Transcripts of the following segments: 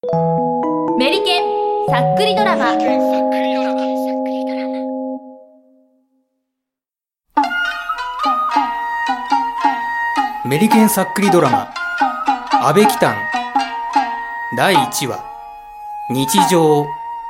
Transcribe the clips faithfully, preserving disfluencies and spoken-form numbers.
メリケンさっくりドラマ。 メリケンさっくりドラマ阿部喜丹だいいちわ日常。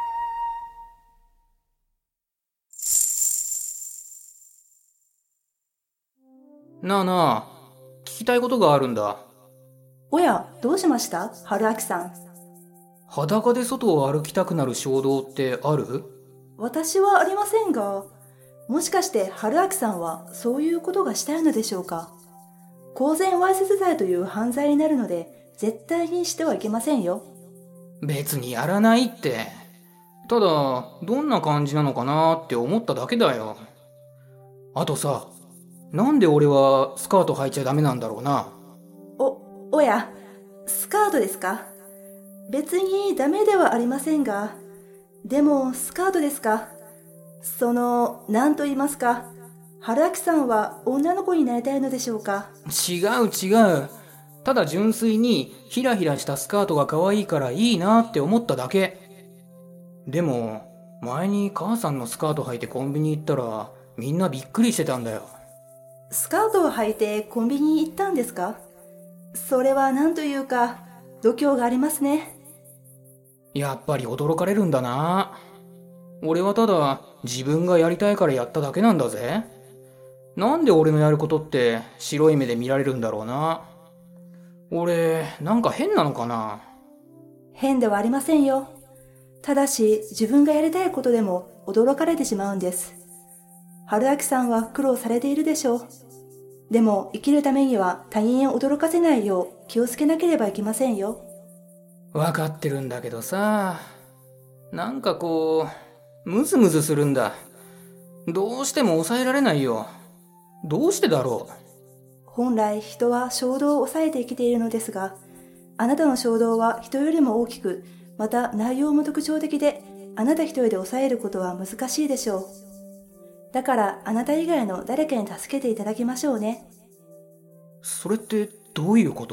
なあなあ、聞きたいことがあるんだ。 おや、どうしました？春明さん。 裸で外を歩きたくなる衝動ってある？ 私はありませんが、もしかして春明さんはそういうことがしたいのでしょうか？公然わいせつ罪という犯罪になるので、絶対にしてはいけませんよ。 別にやらないって。ただ、どんな感じなのかなって思っただけだよ。あとさ、なんで俺はスカート履いちゃダメなんだろうな。 お、おや、スカートですか？別にダメではありませんが、でもスカートですか？その、なんと言いますか、春明さんは女の子になりたいのでしょうか？ 違う違う。ただ純粋にヒラヒラしたスカートが可愛いからいいなって思っただけ。でも、前に母さんのスカート履いてコンビニ行ったらみんなびっくりしてたんだよ。 スカートを履いてコンビニに行ったんですか？それはなんというか、度胸がありますね。 やっぱり驚かれるんだな。俺はただ自分がやりたいからやっただけなんだぜ。なんで俺のやることって白い目で見られるんだろうな。俺、なんか変なのかな。 変ではありませんよ。ただし、自分がやりたいことでも驚かれてしまうんです。春明さんは苦労されているでしょう。でも、生きるためには他人を驚かせないよう気をつけなければいけませんよ。 わかってるんだけどさ、なんかこう、ムズムズするんだ。どうしても抑えられないよ。どうしてだろう。 本来人は衝動を抑えて生きているのですが、あなたの衝動は人よりも大きく、また内容も特徴的で、あなた一人で抑えることは難しいでしょう。だからあなた以外の誰かに助けていただきましょうね。 それってどういうこと？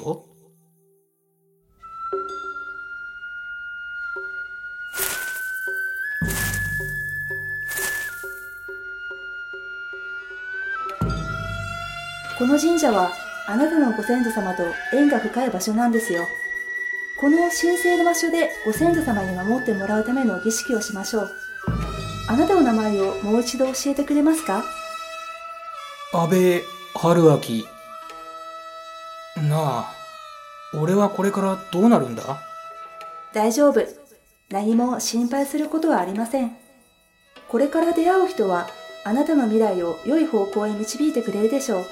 この神社はあなたのご先祖様と縁が深い場所なんですよ。この神聖な場所でご先祖様に守ってもらうための儀式をしましょう。あなたの名前をもう一度教えてくれますか？ 安倍春明。なあ、俺はこれからどうなるんだ？ 大丈夫。何も心配することはありません。これから出会う人はあなたの未来を良い方向へ導いてくれるでしょう。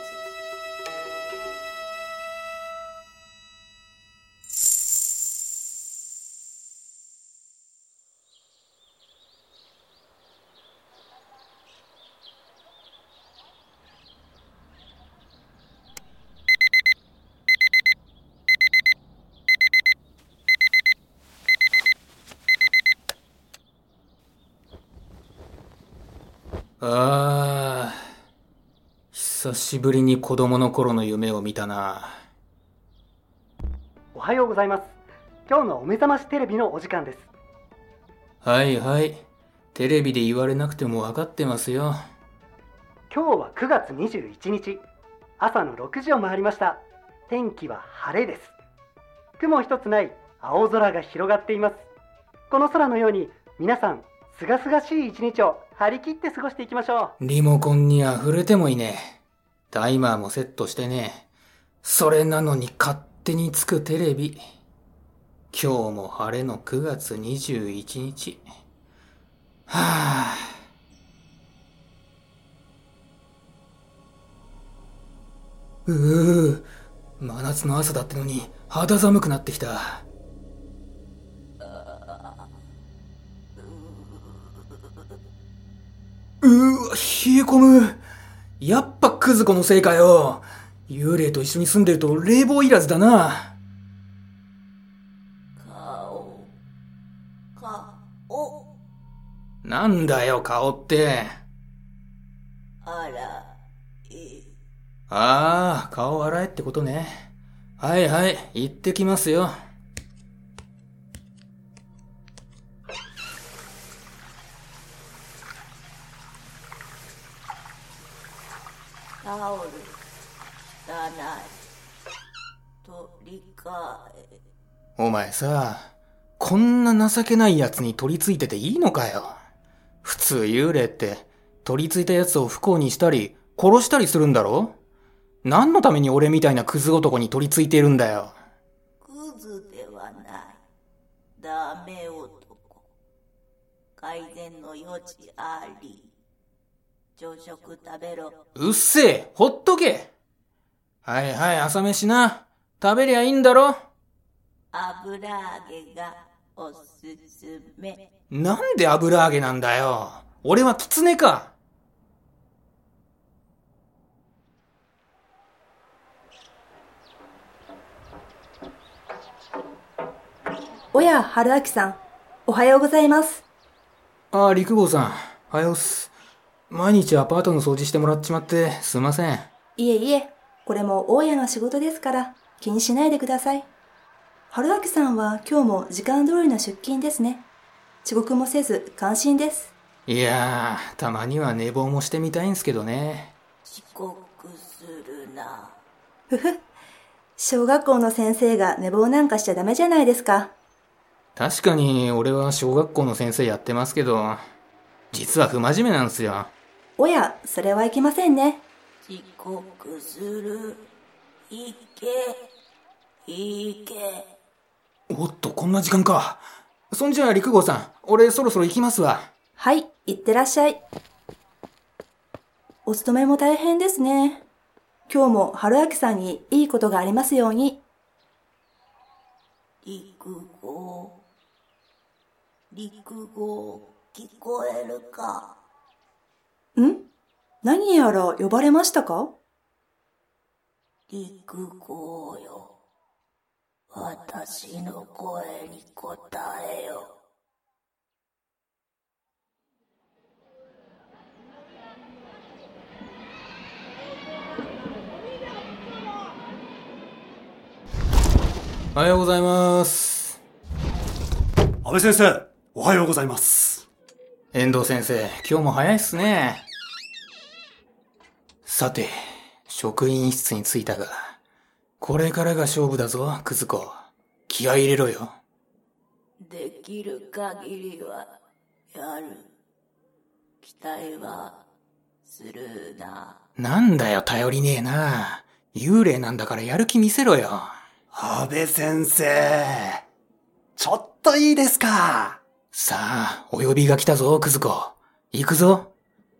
ああ、久しぶりに子供の頃の夢を見たな。 おはようございます。今日のお目覚ましテレビのお時間です。 はいはい。テレビで言われなくても分かってますよ。 今日はくがつにじゅういちにち、朝のろくじを回りました。天気は晴れです。雲一つない青空が広がっています。この空のように皆さん、すがすがしい一日を張り切って過ごしていきましょう。リモコンに溢れてもいねえ。タイマーもセットしてねえ。それなのに勝手につくテレビ。今日も晴れのくがつにじゅういちにち。はぁ。うぅ、真夏の朝だってのに肌寒くなってきた。うーわ、冷え込む。やっぱクズ子のせいかよ。幽霊と一緒に住んでると冷房いらずだな。 顔、顔。 なんだよ、顔って。 あら、い。 ああ、顔洗えってことね。はいはい、行ってきますよ。 タオル、だない、取り替え。 お前さ、こんな情けないやつに取り付いてていいのかよ。普通幽霊って取り付いたやつを不幸にしたり殺したりするんだろ。何のために俺みたいなクズ男に取り付いているんだよ。 クズではない。ダメ男。改善の余地あり。朝食食べろ。 うっせえ、ほっとけ。はいはい、朝飯な。食べりゃいいんだろ。 油揚げがおすすめ。 なんで油揚げなんだよ。俺は狐か。 おや、春明さん、おはようございます。 ああ、陸郷さん、はようっす。毎日アパートの掃除してもらっちまってすいません。 いえいえ、これも大家の仕事ですから気にしないでください。春明さんは今日も時間通りの出勤ですね。遅刻もせず感心です。 いやー、たまには寝坊もしてみたいんすけどね。 遅刻するな。 ふふ、小学校の先生が寝坊なんかしちゃダメじゃないですか。 確かに俺は小学校の先生やってますけど、実は不真面目なんすよ。 おや、それはいけませんね。 遅刻する。いけ。いけ。 おっと、こんな時間か。そんじゃあ陸郷さん、俺そろそろ行きますわ。 はい、行ってらっしゃい。お勤めも大変ですね。今日も春明さんにいいことがありますように。 陸郷。陸郷、聞こえるか。 ん？何やら呼ばれましたか？ 陸郷よ。私の声に答えよ。 おはようございます。 安倍先生、おはようございます。 遠藤先生、今日も早いっすね。さて、職員室に着いたが、これからが勝負だぞ、クズ子。気合い入れろよ。 できる限りはやる。期待はするな。 なんだよ、頼りねえな。幽霊なんだからやる気見せろよ。 安倍先生、ちょっといいですか？ さあ、お呼びが来たぞ、クズ子。行くぞ。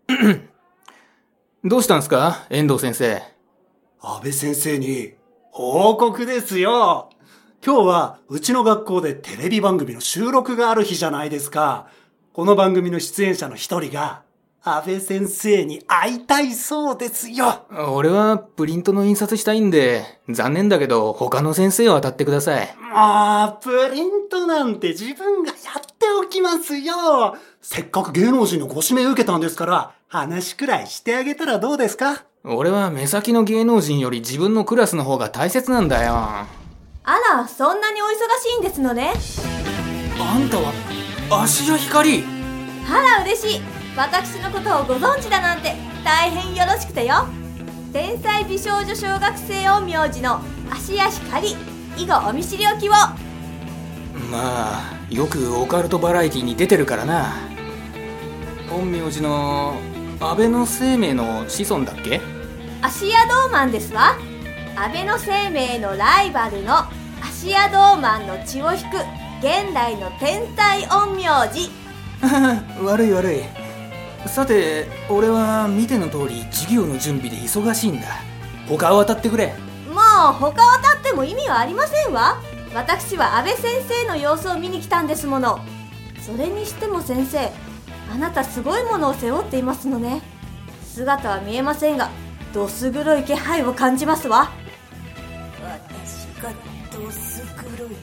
どうしたんすか、遠藤先生。 安倍先生に報告ですよ。今日はうちの学校でテレビ番組の収録がある日じゃないですか。この番組の出演者の一人が安倍先生に会いたいそうですよ。 俺はプリントの印刷したいんで、残念だけど他の先生を当たってください。 ああ、プリントなんて自分がやっておきますよ。せっかく芸能人のご指名受けたんですから、話くらいしてあげたらどうですか？ 俺は目先の芸能人より自分のクラスの方が大切なんだよ。 あら、そんなにお忙しいんですのね。 あんたは芦屋ひかり。 あら、嬉しい。私のことをご存知だなんて大変よろしくてよ。天才美少女小学生陰陽師の芦屋ひかり、以後お見知りおきを。 まあ、よくオカルトバラエティに出てるからな。陰陽師の安倍の生命の子孫だっけ？ 芦屋道満ですわ。安倍の生命のライバルの芦屋道満の血を引く現代の天才陰陽師。 悪い悪い。さて、俺は見ての通り授業の準備で忙しいんだ。他を当たってくれ。 もう他を当たっても意味はありませんわ。私は安倍先生の様子を見に来たんですもの。それにしても先生、あなたすごいものを背負っていますのね。姿は見えませんが、どす黒い気配を感じますわ。 私がどす黒い。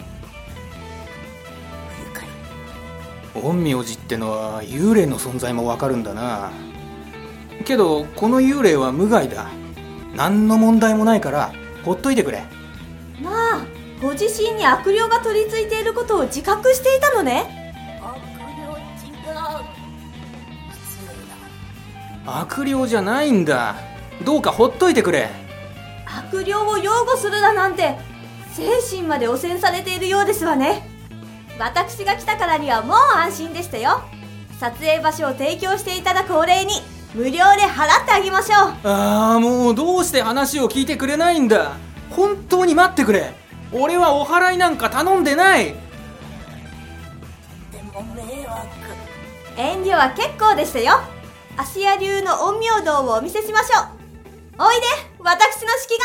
陰陽師ってのは幽霊の存在もわかるんだな。けどこの幽霊は無害だ。何の問題もないからほっといてくれ。 まあ、ご自身に悪霊が取り付いていることを自覚していたのね。 悪霊違う。 悪霊じゃないんだ。 どうかほっといてくれ。 悪霊を擁護するだなんて、精神まで汚染されているようですわね。私が来たからにはもう安心でしたよ。撮影場所を提供していただくお礼に無料で払ってあげましょう。 ああ、もうどうして話を聞いてくれないんだ。本当に待ってくれ。俺はお払いなんか頼んでない。 でも迷惑。 遠慮は結構でしたよ。芦屋流の陰陽道をお見せしましょう。おいで、私の式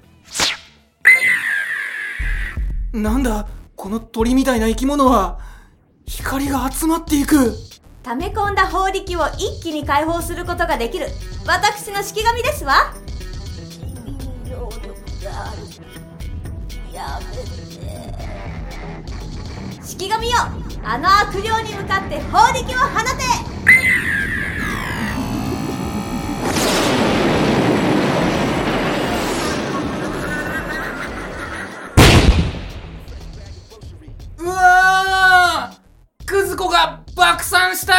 神。 なんだこの鳥みたいな生き物は。光が集まっていく。 溜め込んだ法力を一気に解放することができる私の式神ですわ。 能力がある。やめて。 式神よ、あの悪霊に向かって法力を放て。 うわー、クズ子が爆散した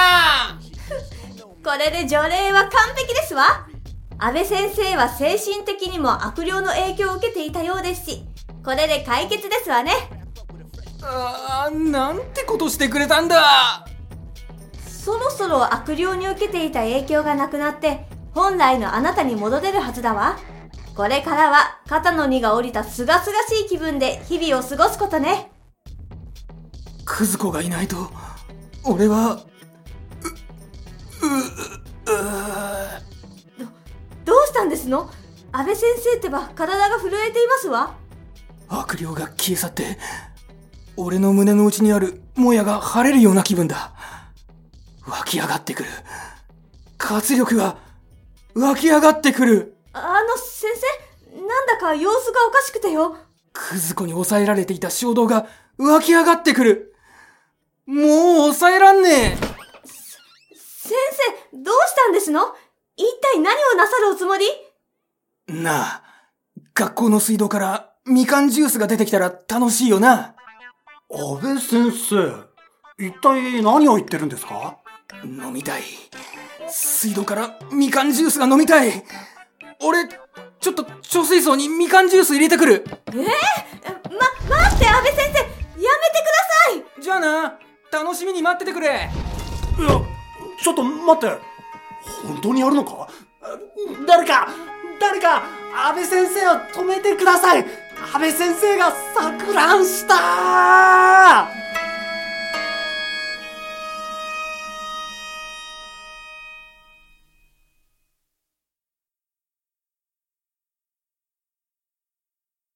これで除霊は完璧ですわ。安倍先生は精神的にも悪霊の影響を受けていたようですし、これで解決ですわね。 あー、なんてことしてくれたんだ。 そろそろ悪霊に受けていた影響がなくなって本来のあなたに戻れるはずだわ。これからは肩の荷が下りたすがすがしい気分で日々を過ごすことね。 クズ子がいないと俺はうううどどうしたんですの？安倍先生ってば体が震えていますわ。 悪霊が消え去って俺の胸の内にあるもやが晴れるような気分だ。湧き上がってくる。活力が湧き上がってくる。 あの先生、なんだか様子がおかしくてよ。 クズ子に抑えられていた衝動が湧き上がってくる。もう抑えらんねえ。 先生、どうしたんですの？一体何をなさるおつもり？ なあ、学校の水道からみかんジュースが出てきたら楽しいよな。 安倍先生、一体何を言ってるんですか？ 飲みたい。水道からみかんジュースが飲みたい。俺、ちょっと貯水槽にみかんジュース入れてくる。 えー、ま、待って安倍先生、やめてください。 じゃあな、楽しみに待っててくれ。 いや、ちょっと待って。本当にやるのか？誰か、誰か、安倍先生を止めてください。安倍先生が錯乱した。